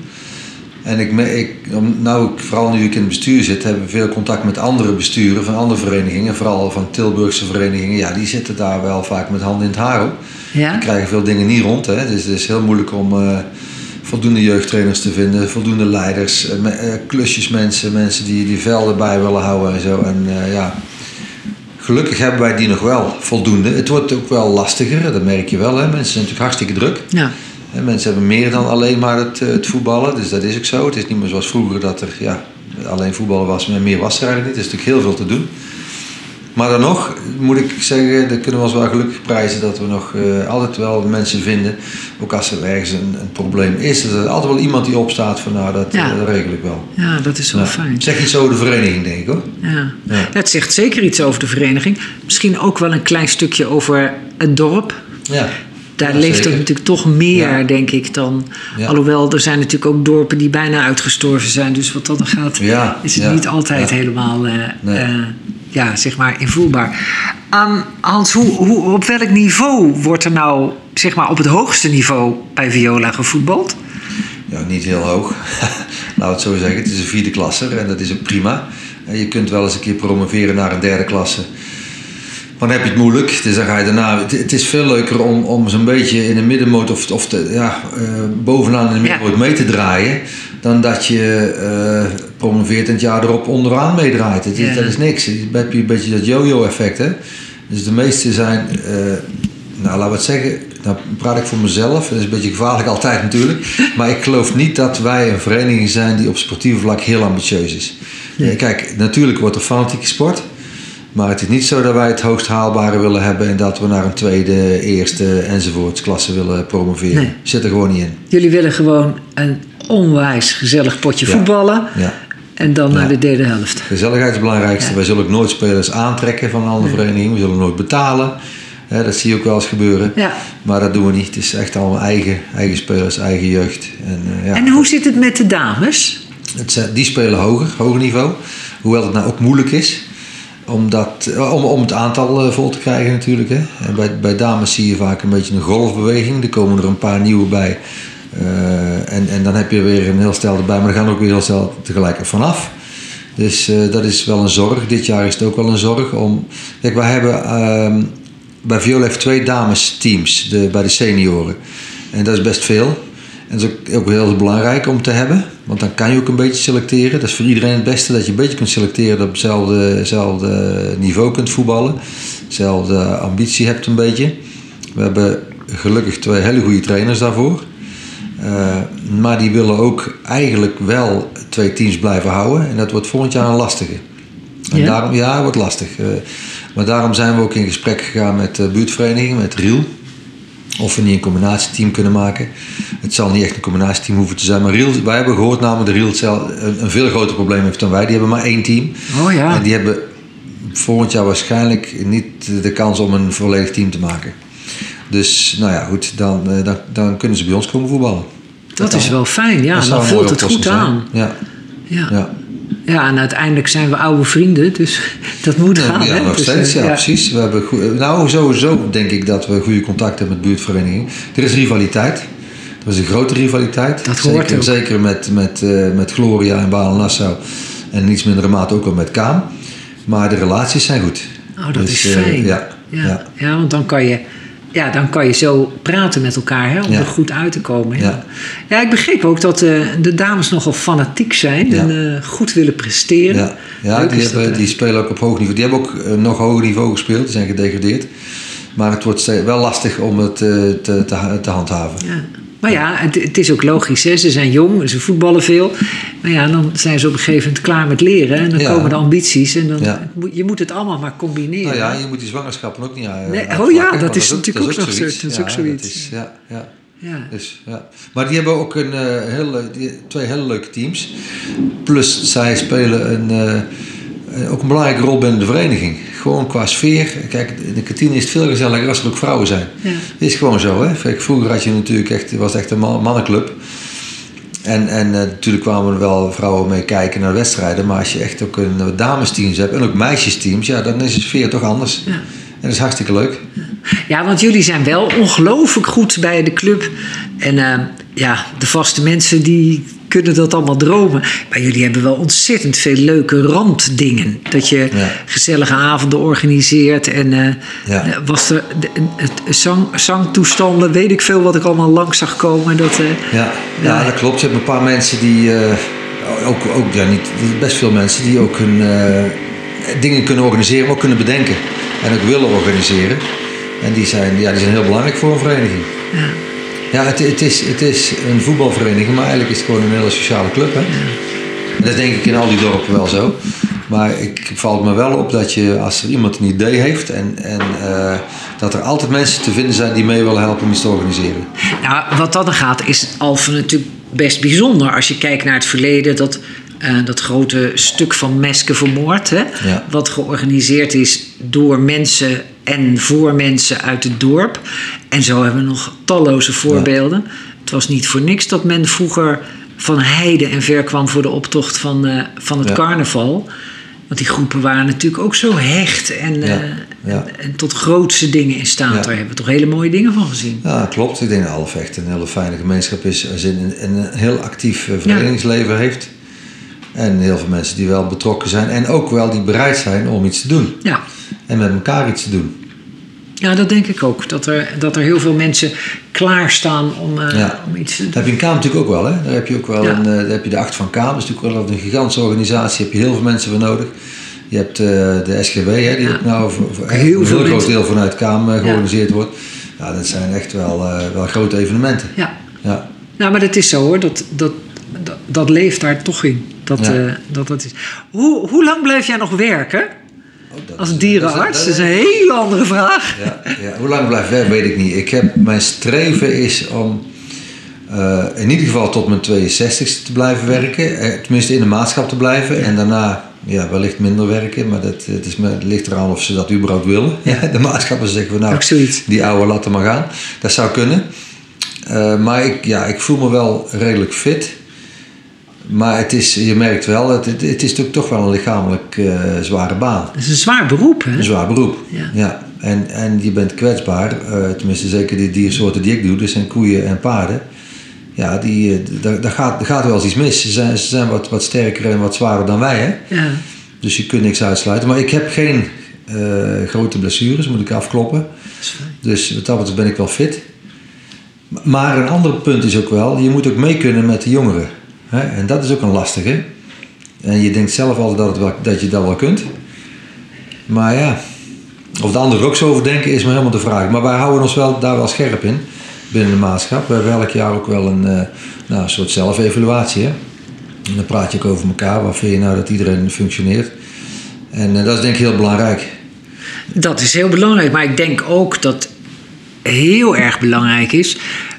En vooral nu ik in het bestuur zit, hebben we veel contact met andere besturen van andere verenigingen. Vooral van Tilburgse verenigingen. Ja, die zitten daar wel vaak met handen in het haar op. Ja? Die krijgen veel dingen niet rond. Hè. Dus het is heel moeilijk om voldoende jeugdtrainers te vinden. Voldoende leiders, mensen die velden bij willen houden en zo. En gelukkig hebben wij die nog wel voldoende. Het wordt ook wel lastiger, dat merk je wel. Hè. Mensen zijn natuurlijk hartstikke druk. Ja. En mensen hebben meer dan alleen maar het voetballen. Dus dat is ook zo. Het is niet meer zoals vroeger dat er alleen voetballen was. Maar meer was er eigenlijk niet. Er is natuurlijk heel veel te doen. Maar dan nog moet ik zeggen, dat kunnen we ons wel gelukkig prijzen dat we nog altijd wel mensen vinden. Ook als er ergens een probleem is. Er is altijd wel iemand die opstaat van dat regel ik wel. Ja, dat is wel fijn. Het zegt iets over de vereniging, denk ik hoor. Ja. Het zegt zeker iets over de vereniging. Misschien ook wel een klein stukje over het dorp. Ja. Daar leeft er natuurlijk toch meer, denk ik, dan... Ja. Alhoewel, er zijn natuurlijk ook dorpen die bijna uitgestorven zijn. Dus wat dat dan gaat, is het niet altijd helemaal invoelbaar. Hans, op welk niveau wordt er nou, op het hoogste niveau bij Viola gevoetbald? Ja, niet heel hoog. Nou, het zo zeggen. Het is een 4e klasser en dat is ook prima. En je kunt wel eens een keer promoveren naar een 3e klasse. Maar dan heb je het moeilijk. Dus dan ga je daarna. Het is veel leuker om zo'n beetje in de middenmoot of bovenaan in de middenmoot mee te draaien. Dan dat je promoveert en het jaar erop onderaan meedraait. Dat is niks. Dan heb je een beetje dat yo-yo-effect. Hè? Dus de meeste zijn, laten we het zeggen, nou praat ik voor mezelf. Dat is een beetje gevaarlijk altijd natuurlijk. Maar ik geloof niet dat wij een vereniging zijn die op sportieve vlak heel ambitieus is. Nee. Kijk, natuurlijk wordt er fanatieke sport. Maar het is niet zo dat wij het hoogst haalbare willen hebben en dat we naar een 2e, 1e enzovoorts klasse willen promoveren. Nee. Zit er gewoon niet in. Jullie willen gewoon een onwijs gezellig potje voetballen en dan naar de derde helft. Gezelligheid is het belangrijkste. Ja. Wij zullen ook nooit spelers aantrekken van een andere vereniging. We zullen nooit betalen. Dat zie je ook wel eens gebeuren. Ja. Maar dat doen we niet. Het is echt allemaal eigen spelers, eigen jeugd. En hoe zit het met de dames? Die spelen hoger niveau. Hoewel het nou ook moeilijk is. Om het aantal vol te krijgen natuurlijk. Hè. En bij dames zie je vaak een beetje een golfbeweging. Er komen er een paar nieuwe bij. En dan heb je weer een heel stel erbij. Maar er gaan ook weer heel stel tegelijk vanaf. Dus dat is wel een zorg. Dit jaar is het ook wel een zorg. Kijk, wij hebben... bij Viola heeft 2 damesteams bij de senioren. En dat is best veel. En dat is ook heel belangrijk om te hebben. Want dan kan je ook een beetje selecteren. Dat is voor iedereen het beste dat je een beetje kunt selecteren. Dat je op hetzelfde niveau kunt voetballen. Dezelfde ambitie hebt een beetje. We hebben gelukkig 2 hele goede trainers daarvoor. Maar die willen ook eigenlijk wel 2 teams blijven houden. En dat wordt volgend jaar een lastige. En daarom, het wordt lastig. Maar daarom zijn we ook in gesprek gegaan met de buurtvereniging, met Riel. Of we niet een combinatieteam kunnen maken. Het zal niet echt een combinatieteam hoeven te zijn. Maar Riel, wij hebben gehoord namelijk dat Riel een veel groter probleem heeft dan wij. Die hebben maar 1 team. Oh ja. En die hebben volgend jaar waarschijnlijk niet de kans om een volledig team te maken. Dus nou ja, goed, dan kunnen ze bij ons komen voetballen. Dat is wel fijn, ja. Dan voelt het goed aan. Ja. Ja, en uiteindelijk zijn we oude vrienden, dus dat moet gaan. Ja, nog steeds, precies. We hebben sowieso denk ik dat we goede contact hebben met buurtverenigingen. Er is rivaliteit. Er is een grote rivaliteit. Dat hoort ook. Zeker met Gloria en Balen-Nassau. En in iets mindere mate ook wel met Kaam. Maar de relaties zijn goed. Oh, dat is fijn. Ja, want dan kan je zo praten met elkaar, hè, om er goed uit te komen. Ja, ik begreep ook dat de dames nogal fanatiek zijn en goed willen presteren. Ja, die spelen ook op hoog niveau. Die hebben ook nog hoger niveau gespeeld, die zijn gedegradeerd. Maar het wordt wel lastig om het te handhaven. Ja. Maar ja, het is ook logisch. Hè? Ze zijn jong, ze voetballen veel. Maar ja, dan zijn ze op een gegeven moment klaar met leren. En dan komen de ambities. En dan, je moet het allemaal maar combineren. Nou ja, je moet die zwangerschappen ook niet dat is natuurlijk ook nog zoiets. Dat is ook zoiets. Dus, maar die hebben ook 2 hele leuke teams. Plus zij spelen ook een belangrijke rol binnen de vereniging. Gewoon qua sfeer. Kijk, in de kantine is het veel gezelliger als er ook vrouwen zijn. Ja. Dat is gewoon zo. Hè? Kijk, vroeger had je natuurlijk was het echt een mannenclub. En natuurlijk kwamen er wel vrouwen mee kijken naar wedstrijden. Maar als je echt ook een damesteams hebt en ook meisjesteams, dan is de sfeer toch anders. Ja. En dat is hartstikke leuk. Ja, want jullie zijn wel ongelooflijk goed bij de club. En de vaste mensen die kunnen dat allemaal dromen. Maar jullie hebben wel ontzettend veel leuke randdingen. Dat je gezellige avonden organiseert. En was er zangtoestanden, weet ik veel wat ik allemaal langs zag komen. Dat klopt. Je hebt een paar mensen die best veel mensen die ook hun dingen kunnen organiseren, maar ook kunnen bedenken. En ook willen organiseren. En die zijn heel belangrijk voor een vereniging. Ja, het is een voetbalvereniging, maar eigenlijk is het gewoon een hele sociale club. Hè? Ja. Dat denk ik in al die dorpen wel zo. Maar ik valt me wel op dat als er iemand een idee heeft en dat er altijd mensen te vinden zijn die mee willen helpen om iets te organiseren. Nou, wat dat dan gaat, is Alphen natuurlijk best bijzonder. Als je kijkt naar het verleden, dat grote stuk van Meske vermoord, hè? Ja. Wat georganiseerd is door mensen en voor mensen uit het dorp. En zo hebben we nog talloze voorbeelden. Ja. Het was niet voor niks dat men vroeger van heide en ver kwam voor de optocht van het carnaval. Want die groepen waren natuurlijk ook zo hecht en tot grootse dingen in staat. Daar hebben we toch hele mooie dingen van gezien. Ja, klopt. Ik denk dat Alfvecht een hele fijne gemeenschap is. Als in een heel actief verenigingsleven heeft. En heel veel mensen die wel betrokken zijn. En ook wel die bereid zijn om iets te doen. Ja. En met elkaar iets te doen. Ja, dat denk ik ook. Dat er heel veel mensen klaarstaan om iets te doen. Dat heb je in Kaam natuurlijk ook wel. Hè? Daar heb je ook wel daar heb je de 8 van Kaam. Dat is natuurlijk wel een gigantische organisatie. Daar heb je heel veel mensen voor nodig. Je hebt de SGW, hè, die ook nou voor een heel groot deel vanuit Kaam georganiseerd wordt. Ja, dat zijn echt wel grote evenementen. Ja. Nou, maar dat is zo hoor. Dat leeft daar toch in. Dat is. Hoe lang blijf jij nog werken? Als dierenarts? Dat is een hele andere vraag. Ja. Hoe lang blijf ik werken, weet ik niet. Mijn streven is om in ieder geval tot mijn 62e te blijven werken. Tenminste in de maatschap te blijven. En daarna wellicht minder werken. Maar het ligt eraan of ze dat überhaupt willen. Ja. De maatschappers zeggen van die oude laten maar gaan. Dat zou kunnen. Maar ik voel me wel redelijk fit. Maar je merkt wel, het is natuurlijk toch wel een lichamelijk zware baan. Het is een zwaar beroep, hè? Een zwaar beroep, ja. En je bent kwetsbaar, tenminste zeker die diersoorten die ik doe, dus zijn koeien en paarden. Ja, daar gaat wel eens iets mis. Ze zijn wat sterker en wat zwaarder dan wij, hè? Ja. Dus je kunt niks uitsluiten. Maar ik heb geen grote blessures, moet ik afkloppen. Dus wat dat betreft ben ik wel fit. Maar een ander punt is ook wel, je moet ook mee kunnen met de jongeren. En dat is ook een lastige. En je denkt zelf altijd dat je dat wel kunt. Maar ja, of de anderen ook zo over denken is maar helemaal de vraag. Maar wij houden ons daar wel scherp in binnen de maatschap. We hebben elk jaar ook wel een soort zelfevaluatie. Hè? En dan praat je ook over elkaar. Waar vind je nou dat iedereen functioneert? En dat is denk ik heel belangrijk. Dat is heel belangrijk. Maar ik denk ook dat heel erg belangrijk is...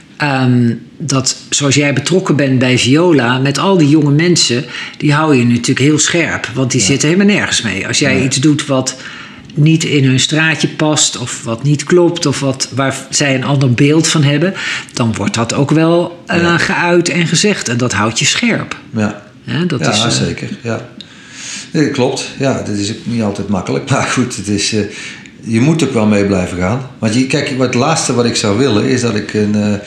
dat zoals jij betrokken bent bij Viola, met al die jonge mensen, die hou je natuurlijk heel scherp. Want die zitten helemaal nergens mee. Als jij iets doet wat niet in hun straatje past, of wat niet klopt, of waar zij een ander beeld van hebben, dan wordt dat ook wel geuit en gezegd. En dat houdt je scherp. Ja, is zeker. Ja. Nee, klopt. Ja, dat is ook niet altijd makkelijk. Maar goed, het is... je moet ook wel mee blijven gaan. Want kijk, het laatste wat ik zou willen is dat ik een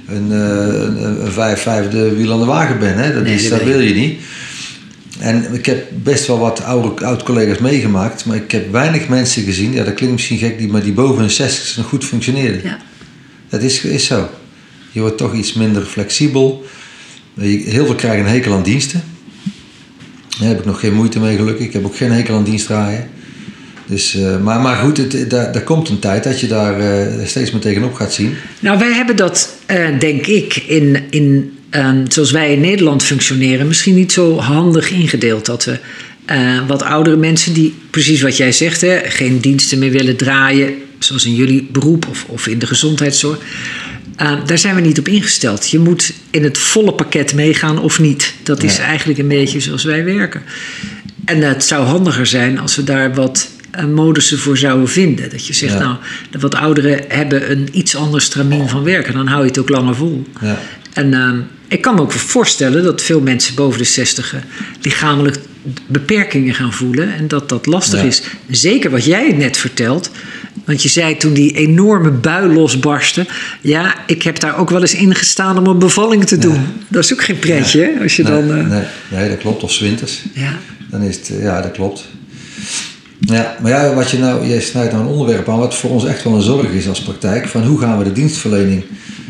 5/5 wiel aan de wagen ben. Hè? Dat wil je niet. En ik heb best wel wat oud-collega's meegemaakt, maar ik heb weinig mensen gezien, dat klinkt misschien gek, maar die boven hun 60 nog goed functioneerden. Ja. Dat is zo. Je wordt toch iets minder flexibel. Heel veel krijgen een hekel aan diensten. Daar heb ik nog geen moeite mee, gelukkig. Ik heb ook geen hekel aan dienstdraaien. Dus, maar goed, er komt een tijd dat je daar steeds meer tegenop gaat zien. Nou, wij hebben dat, denk ik, zoals wij in Nederland functioneren, misschien niet zo handig ingedeeld. Dat we wat oudere mensen die, precies wat jij zegt, geen diensten meer willen draaien, zoals in jullie beroep of in de gezondheidszorg. Daar zijn we niet op ingesteld. Je moet in het volle pakket meegaan of niet. Dat is eigenlijk een beetje zoals wij werken. En het zou handiger zijn als we daar wat modussen voor zouden vinden. Dat je zegt, de wat ouderen hebben een iets ander stramien van werken. Dan hou je het ook langer vol. Ja. En ik kan me ook voorstellen dat veel mensen boven de 60 lichamelijk beperkingen gaan voelen. En dat lastig is. Zeker wat jij net vertelt. Want je zei toen die enorme bui losbarstte. Ja, ik heb daar ook wel eens in gestaan om een bevalling te doen. Dat is ook geen pretje, hè? Als je nee, dat klopt. Of 's winters. Ja. Dan is het, dat klopt. Ja, maar wat jij snijdt nou een onderwerp aan wat voor ons echt wel een zorg is als praktijk. Van hoe gaan we de dienstverlening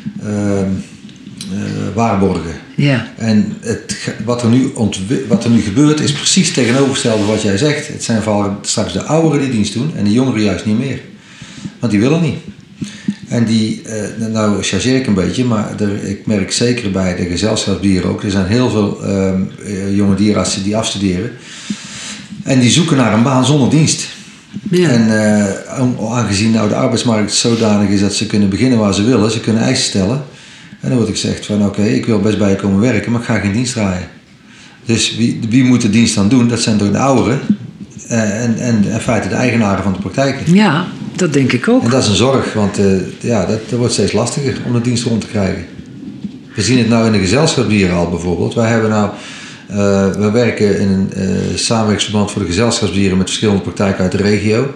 waarborgen. Ja. En wat er nu gebeurt is precies tegenovergestelde wat jij zegt. Het zijn vooral straks de ouderen die dienst doen en de jongeren juist niet meer. Want die willen niet. En nou chargeer ik een beetje, maar ik merk zeker bij de gezelschapsdieren ook. Er zijn heel veel jonge dierenartsen die afstuderen. En die zoeken naar een baan zonder dienst. Ja. En aangezien nou de arbeidsmarkt zodanig is dat ze kunnen beginnen waar ze willen. Ze kunnen eisen stellen. En dan wordt gezegd van oké, ik wil best bij je komen werken, maar ik ga geen dienst draaien. Dus wie moet de dienst dan doen? Dat zijn toch de ouderen. En in feite de eigenaren van de praktijken. Ja, dat denk ik ook. En dat is een zorg, want dat wordt steeds lastiger om de dienst rond te krijgen. We zien het nou in de gezelschapsdieren al bijvoorbeeld. Wij hebben nou We werken in een samenwerkingsverband voor de gezelschapsdieren met verschillende praktijken uit de regio.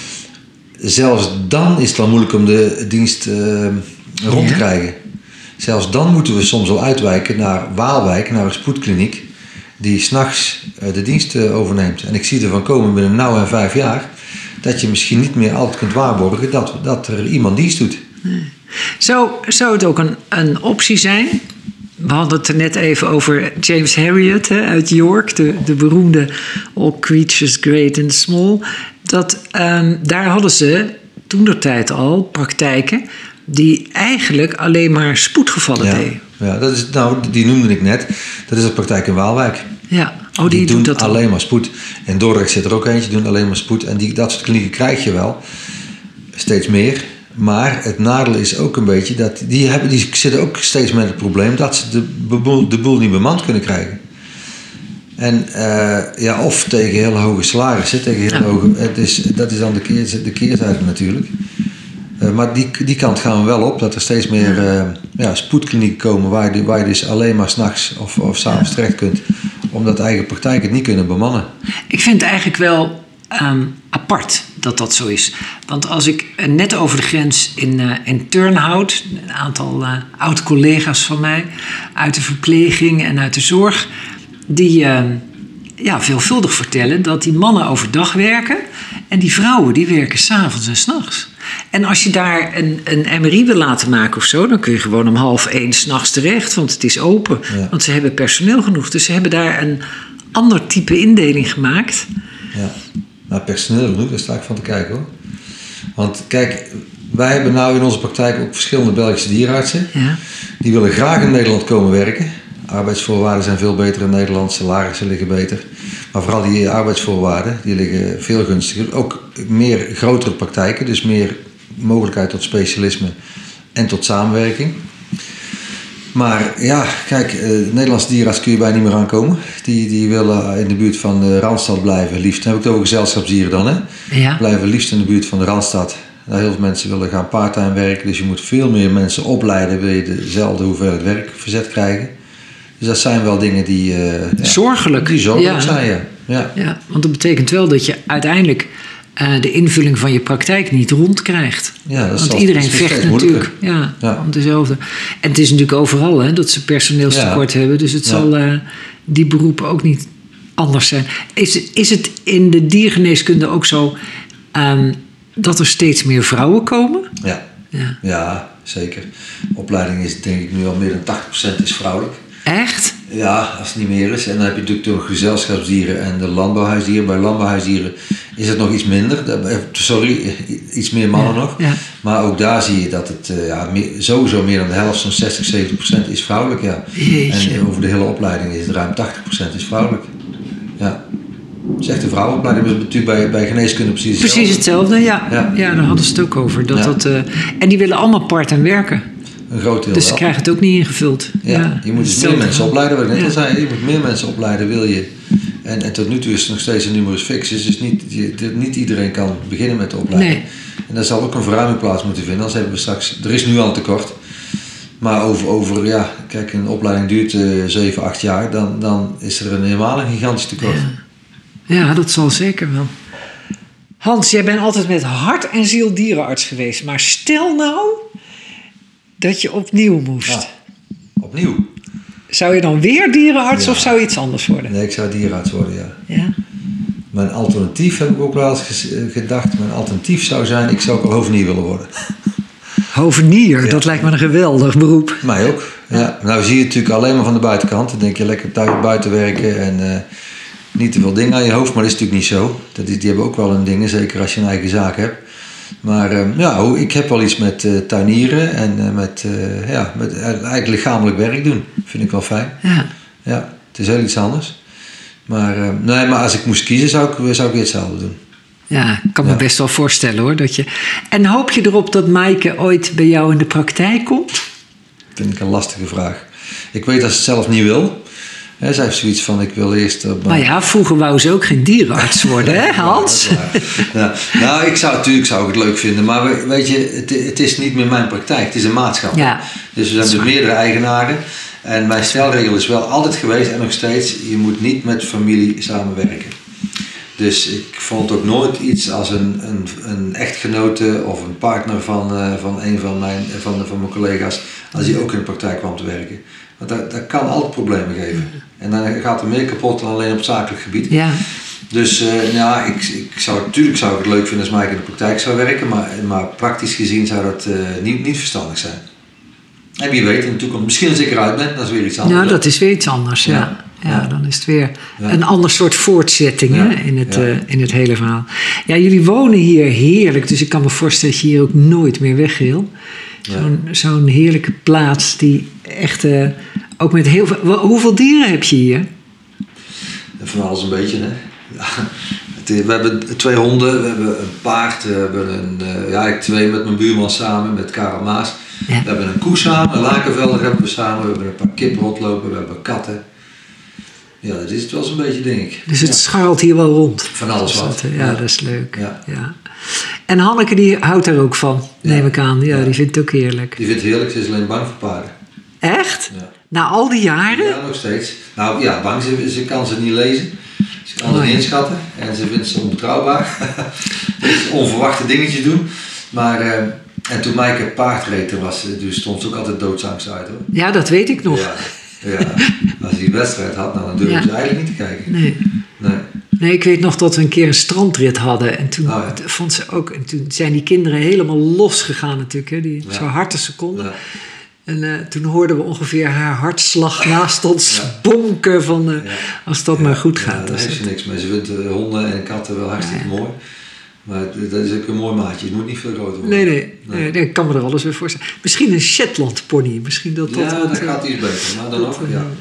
Zelfs dan is het wel moeilijk om de dienst rond te krijgen. Zelfs dan moeten we soms al uitwijken naar Waalwijk, naar een spoedkliniek, die 's nachts de dienst overneemt. En ik zie ervan komen binnen nou en 5 jaar, dat je misschien niet meer altijd kunt waarborgen dat er iemand dienst doet. Nee. Zou het ook een optie zijn? We hadden het er net even over James Herriot uit York, de beroemde All Creatures Great and Small. Daar hadden ze toentertijd al praktijken die eigenlijk alleen maar spoedgevallen deden. Ja, die noemde ik net. Dat is de praktijk in Waalwijk. Ja, die doen dat alleen maar spoed. In Dordrecht zit er ook eentje, die doen alleen maar spoed. En dat soort klinieken krijg je wel. Steeds meer. Maar het nadeel is ook een beetje dat die zitten ook steeds met het probleem dat ze de boel niet bemand kunnen krijgen. En of tegen hele hoge salarissen, tegen hele hoge. Dat is dan de keerzijde natuurlijk. Maar die kant gaan we wel op, dat er steeds meer spoedklinieken komen waar je dus alleen maar 's nachts of 's avonds terecht kunt, omdat de eigen praktijk het niet kunnen bemannen. Ik vind het eigenlijk wel apart dat zo is. Want als ik net over de grens in Turnhout, een aantal oud-collega's van mij uit de verpleging en uit de zorg, die veelvuldig vertellen dat die mannen overdag werken en die vrouwen die werken 's avonds en 's nachts. En als je daar een MRI wil laten maken of zo, dan kun je gewoon om 12:30 's nachts terecht, want het is open. Ja. Want ze hebben personeel genoeg. Dus ze hebben daar een ander type indeling gemaakt. Ja, nou personeel genoeg, daar sta ik van te kijken hoor. Want kijk, wij hebben nou in onze praktijk ook verschillende Belgische dierenartsen. Ja. Die willen graag in Nederland komen werken. Arbeidsvoorwaarden zijn veel beter in Nederland, salarissen liggen beter. Maar vooral die arbeidsvoorwaarden, die liggen veel gunstiger. Ook meer grotere praktijken, dus meer mogelijkheid tot specialisme en tot samenwerking. Maar ja, kijk, Nederlandse dierenarts kun je bijna niet meer aankomen. Die willen in de buurt van de Randstad blijven, liefst. Dan heb ik het over gezelschapsdieren dan, hè? Ja. Blijven liefst in de buurt van de Randstad. Nou, heel veel mensen willen gaan parttime werken, dus je moet veel meer mensen opleiden, wil je dezelfde hoeveelheid werk verzet krijgen. Dus dat zijn wel dingen die zorgelijk zijn. Ja, want dat betekent wel dat je uiteindelijk de invulling van je praktijk niet rondkrijgt. Ja, want iedereen vecht natuurlijk om dezelfde. En het is natuurlijk overal hè, dat ze personeelstekort hebben. Dus het zal die beroepen ook niet anders zijn. Is het in de diergeneeskunde ook zo dat er steeds meer vrouwen komen? Ja, zeker. Opleiding is denk ik nu al meer dan 80% is vrouwelijk. Echt? Ja, als het niet meer is. En dan heb je natuurlijk de gezelschapsdieren en de landbouwhuisdieren. Bij landbouwhuisdieren is het nog iets minder. Iets meer mannen nog. Ja. Maar ook daar zie je dat het sowieso meer dan de helft, zo'n 60-70% is vrouwelijk. Ja. En over de hele opleiding is het ruim 80% is vrouwelijk. Ja. Dat is echt een vrouwenopleiding. Dat is natuurlijk bij geneeskunde precies hetzelfde. Ja, daar hadden ze het ook over. En die willen allemaal part-time werken. Een groot deel dus ze krijgen het ook niet ingevuld. Ja, je moet dus meer mensen opleiden. Wat ik net al zei, je moet meer mensen opleiden, wil je. En tot nu toe is het nog steeds een numerus fixus. Dus niet iedereen kan beginnen met de opleiding. Nee. En daar zal ook een verruiming plaats moeten vinden. Anders hebben we straks... Er is nu al een tekort. Maar kijk, een opleiding duurt 7-8 jaar. Dan is er helemaal een gigantisch tekort. Ja, dat zal zeker wel. Hans, jij bent altijd met hart en ziel dierenarts geweest. Maar stel nou dat je opnieuw moest. Ja, opnieuw? Zou je dan weer dierenarts of zou je iets anders worden? Nee, ik zou dierenarts worden, ja. Mijn alternatief heb ik ook wel eens gedacht. Mijn alternatief zou zijn, ik zou ook al hovenier willen worden. Hovenier, dat lijkt me een geweldig beroep. Mij ook, ja. Nou zie je het natuurlijk alleen maar van de buitenkant. Dan denk je lekker thuis buiten werken en niet te veel dingen aan je hoofd. Maar dat is natuurlijk niet zo. Die hebben ook wel hun dingen, zeker als je een eigen zaak hebt. Maar ik heb wel iets met tuinieren en met eigenlijk lichamelijk werk doen. Vind ik wel fijn. Ja, het is heel iets anders. Maar, maar als ik moest kiezen zou ik weer hetzelfde doen. Ja, ik kan me best wel voorstellen hoor. En hoop je erop dat Maaike ooit bij jou in de praktijk komt? Vind ik een lastige vraag. Ik weet dat ze het zelf niet wil. Zij heeft zoiets van, ik wil eerst... Maar ja, vroeger wou ze ook geen dierenarts worden, hè Hans? Ja, nou, natuurlijk zou ik het leuk vinden. Maar weet je, het is niet meer mijn praktijk. Het is een maatschap. Ja, dus er zijn dus meerdere eigenaren. En mijn stelregel is wel altijd geweest en nog steeds... je moet niet met familie samenwerken. Dus ik vond ook nooit iets als een echtgenote of een partner van een van mijn collega's... als die ook in de praktijk kwam te werken. Want dat kan altijd problemen geven. En dan gaat er meer kapot dan alleen op het zakelijk gebied. Ja. Dus natuurlijk zou ik het leuk vinden als Mike in de praktijk zou werken, maar praktisch gezien zou dat niet verstandig zijn. En wie weet in de toekomst, misschien als ik eruit ben, dat is weer iets anders. Nou, dat is weer iets anders, ja. Ja, dan is het weer een ander soort voortzetting hè, in het hele verhaal. Ja, jullie wonen hier heerlijk, dus ik kan me voorstellen dat je hier ook nooit meer weg wil. Zo'n heerlijke plaats die echt ook met heel veel... Hoeveel dieren heb je hier? Van alles een beetje, hè. We hebben 2 honden, we hebben een paard, we hebben 2 met mijn buurman samen, met Karel Maas. Ja. We hebben een koe samen, een lakenvelder hebben we samen, we hebben een paar kippen rondlopen, we hebben katten. Ja, dat is het wel zo'n beetje, denk ik. Dus het scharrelt hier wel rond. Van alles wat. Ja, dat is leuk. Ja. En Hanneke die houdt er ook van, neem ik aan. Ja, die vindt het ook heerlijk. Die vindt het heerlijk, ze is alleen bang voor paarden. Echt? Ja. Na al die jaren? Ja, nog steeds. Nou ja, bang, ze kan ze niet lezen. Ze kan ze niet inschatten. En ze vindt ze onbetrouwbaar. Dus onverwachte dingetjes doen. Maar, en toen Maaike paard reed, toen stond ze ook altijd doodsangst uit, hoor. Ja, dat weet ik nog. Ja. Als hij een wedstrijd had, dan durfde ze eigenlijk niet te kijken. Nee, ik weet nog dat we een keer een strandrit hadden. En toen vond ze ook... En toen zijn die kinderen helemaal losgegaan natuurlijk. Hè, zo hard als ze konden. Ja. En toen hoorden we ongeveer haar hartslag naast ons bonken van... als dat maar goed gaat. Daar heeft ze niks mee. Ze vindt honden en katten wel hartstikke mooi. Maar dat is ook een mooi maatje. Het moet niet veel groter worden. Nee, ik kan me er alles weer voorstellen. Misschien een Shetland pony. Misschien dat gaat iets beter. Maar dan ook,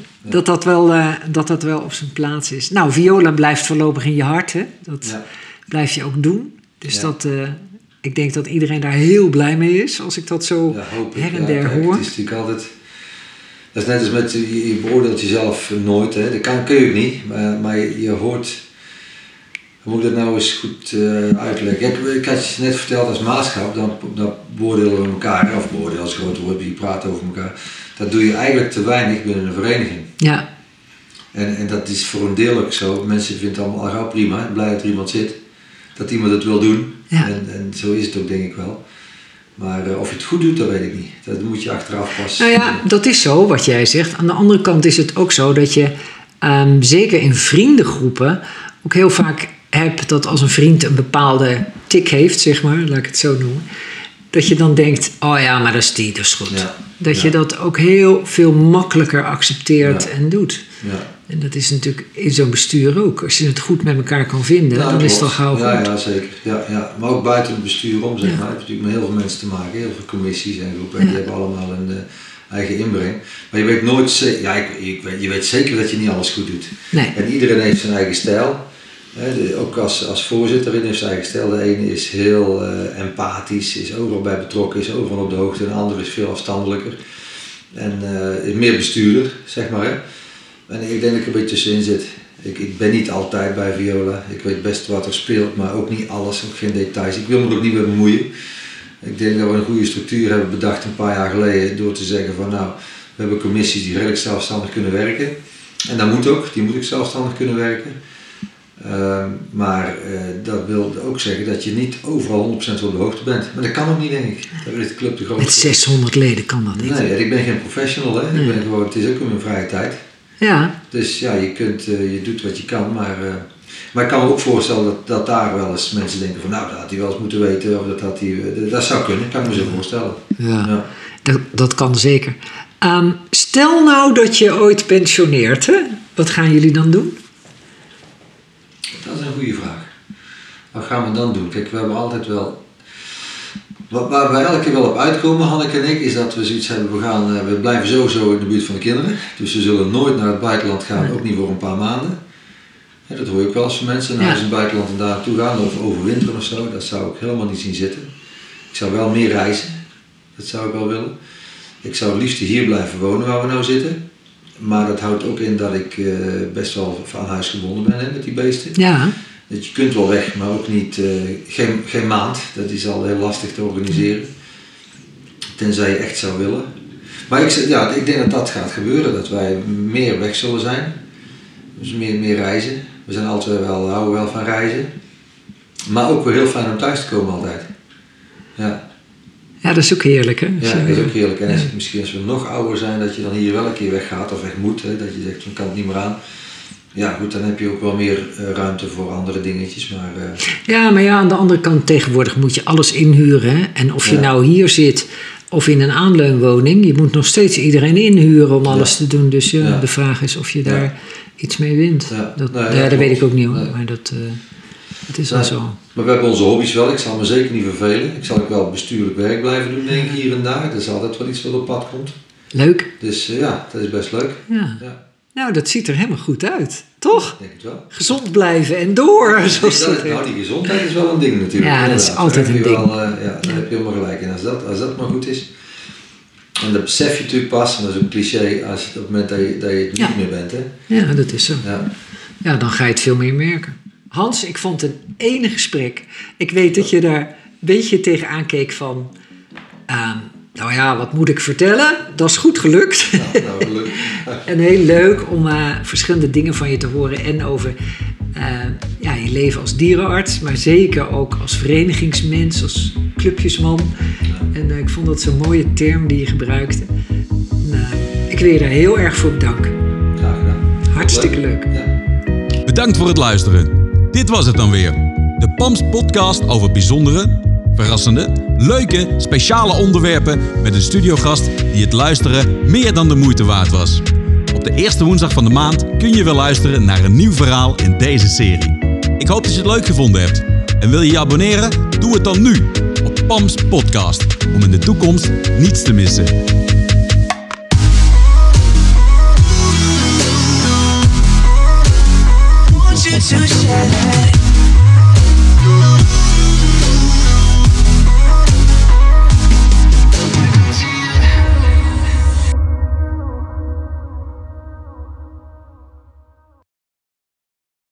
dat wel op zijn plaats is. Nou, viola blijft voorlopig in je hart. Hè? Dat blijf je ook doen. Dus ik denk dat iedereen daar heel blij mee is. Als ik dat zo her en der hoor. Het is natuurlijk altijd... Dat is net als met... Je beoordeelt jezelf nooit. Hè? Dat kun je ook niet. Maar je hoort... Hoe moet ik dat nou eens goed uitleggen? Ik had je net verteld als maatschap, dan beoordelen we elkaar, of beoordelen als grote woord, je praat over elkaar. Dat doe je eigenlijk te weinig binnen een vereniging. Ja. En dat is voor een deel ook zo. Mensen vinden het allemaal al gauw prima, blij dat er iemand zit, dat iemand het wil doen. Ja. En zo is het ook, denk ik wel. Maar of je het goed doet, dat weet ik niet. Dat moet je achteraf pas... Nou ja, dat is zo wat jij zegt. Aan de andere kant is het ook zo dat je, zeker in vriendengroepen, ook heel vaak hebt dat als een vriend een bepaalde tik heeft, zeg maar, laat ik het zo noemen, dat je dan denkt, oh ja, maar dat is die, dat is goed. Ja. Dat je dat ook heel veel makkelijker accepteert en doet. Ja. En dat is natuurlijk in zo'n bestuur ook. Als je het goed met elkaar kan vinden, dan is het al gauw goed. Ja, zeker. Ja. Maar ook buiten het bestuur om, zeg maar. Je hebt natuurlijk met heel veel mensen te maken, heel veel commissies en groepen. En die hebben allemaal een eigen inbreng. Maar je weet nooit, je weet zeker dat je niet alles goed doet. Nee. En iedereen heeft zijn eigen stijl. Ook als voorzitter heeft zijn eigen stijl. De ene is heel empathisch, is overal bij betrokken, is overal op de hoogte. En de andere is veel afstandelijker. En is meer bestuurder, zeg maar. Hè. En ik denk dat ik een beetje tussenin zit. Ik ben niet altijd bij viola. Ik weet best wat er speelt, maar ook niet alles, ook geen details. Ik wil me er ook niet mee bemoeien. Ik denk dat we een goede structuur hebben bedacht een paar jaar geleden door te zeggen van nou, we hebben commissies die redelijk zelfstandig kunnen werken. En dat moet ook, die moet ook zelfstandig kunnen werken. Maar dat wil ook zeggen dat je niet overal 100% op de hoogte bent. Maar dat kan ook niet, denk ik. Daar is de club te groot. Met 600 leden kan dat niet. Nee, ik ben geen professional. Hè. Nee. Ik ben gewoon, het is ook in mijn vrije tijd. Ja. Dus ja, je doet wat je kan. Maar ik kan me ook voorstellen dat daar wel eens mensen denken van nou, dat had hij wel eens moeten weten. Of dat zou kunnen, kan ik me zo voorstellen. Ja. Dat kan zeker. Stel nou dat je ooit pensioneert. Hè? Wat gaan jullie dan doen? Dat is een goede vraag. Wat gaan we dan doen? Kijk, we hebben altijd wel... Waar we elke keer wel op uitkomen, Hanneke en ik, is dat we zoiets hebben, we blijven sowieso in de buurt van de kinderen. Dus we zullen nooit naar het buitenland gaan, ook niet voor een paar maanden. Ja, dat hoor ik wel eens van mensen, naar het buitenland en daar naartoe gaan, of overwinteren of zo. Dat zou ik helemaal niet zien zitten. Ik zou wel meer reizen, dat zou ik wel willen. Ik zou het liefst hier blijven wonen waar we nou zitten. Maar dat houdt ook in dat ik best wel aan huis gebonden ben met die beesten. Ja. Dat je kunt wel weg, maar ook niet, geen maand. Dat is al heel lastig te organiseren. Tenzij je echt zou willen. Maar ik denk dat dat gaat gebeuren, dat wij meer weg zullen zijn. Dus meer reizen. We zijn altijd houden wel van reizen. Maar ook weer heel fijn om thuis te komen altijd. Ja. Ja, dat is ook heerlijk, hè? Ja, dat is ook heerlijk. En misschien als we nog ouder zijn, dat je dan hier wel een keer weggaat of weg moet. Hè, dat je zegt, dan kan het niet meer aan. Ja, goed, dan heb je ook wel meer ruimte voor andere dingetjes. Maar, Ja, maar aan de andere kant tegenwoordig moet je alles inhuren. Hè? En of je nou hier zit of in een aanleunwoning, je moet nog steeds iedereen inhuren om alles te doen. Dus de vraag is of je daar iets mee wint. Ja. Dat weet ik ook niet hoor, maar dat is wel zo. Maar we hebben onze hobby's wel. Ik zal me zeker niet vervelen. Ik zal ook wel bestuurlijk werk blijven doen, denk ik, hier en daar. Dat is altijd wel iets wat op pad komt. Leuk. Dus dat is best leuk. Ja. Nou, dat ziet er helemaal goed uit. Toch? Ik denk het wel. Gezond blijven en door. Die gezondheid is wel een ding natuurlijk. Ja, dat is altijd een ding. Daar heb je helemaal gelijk in. Als dat maar goed is. En dat besef je natuurlijk pas, en dat is een cliché, als het op het moment dat je het niet meer bent. Hè? Ja, dat is zo. Ja, dan ga je het veel meer merken. Hans, ik vond het een enig gesprek. Ik weet dat je daar een beetje tegenaan keek van... nou ja, wat moet ik vertellen? Dat is goed gelukt. Gelukt. En heel leuk om verschillende dingen van je te horen. En over je leven als dierenarts. Maar zeker ook als verenigingsmens, als clubjesman. Ja. En ik vond dat zo'n mooie term die je gebruikte. Ik wil je daar heel erg voor bedanken. Graag gedaan. Hartstikke leuk. Ja. Bedankt voor het luisteren. Dit was het dan weer. De PAMS podcast over bijzondere, verrassende, leuke, speciale onderwerpen met een studiogast die het luisteren meer dan de moeite waard was. Op de eerste woensdag van de maand kun je weer luisteren naar een nieuw verhaal in deze serie. Ik hoop dat je het leuk gevonden hebt. En wil je je abonneren? Doe het dan nu op PAMS Podcast, om in de toekomst niets te missen. To share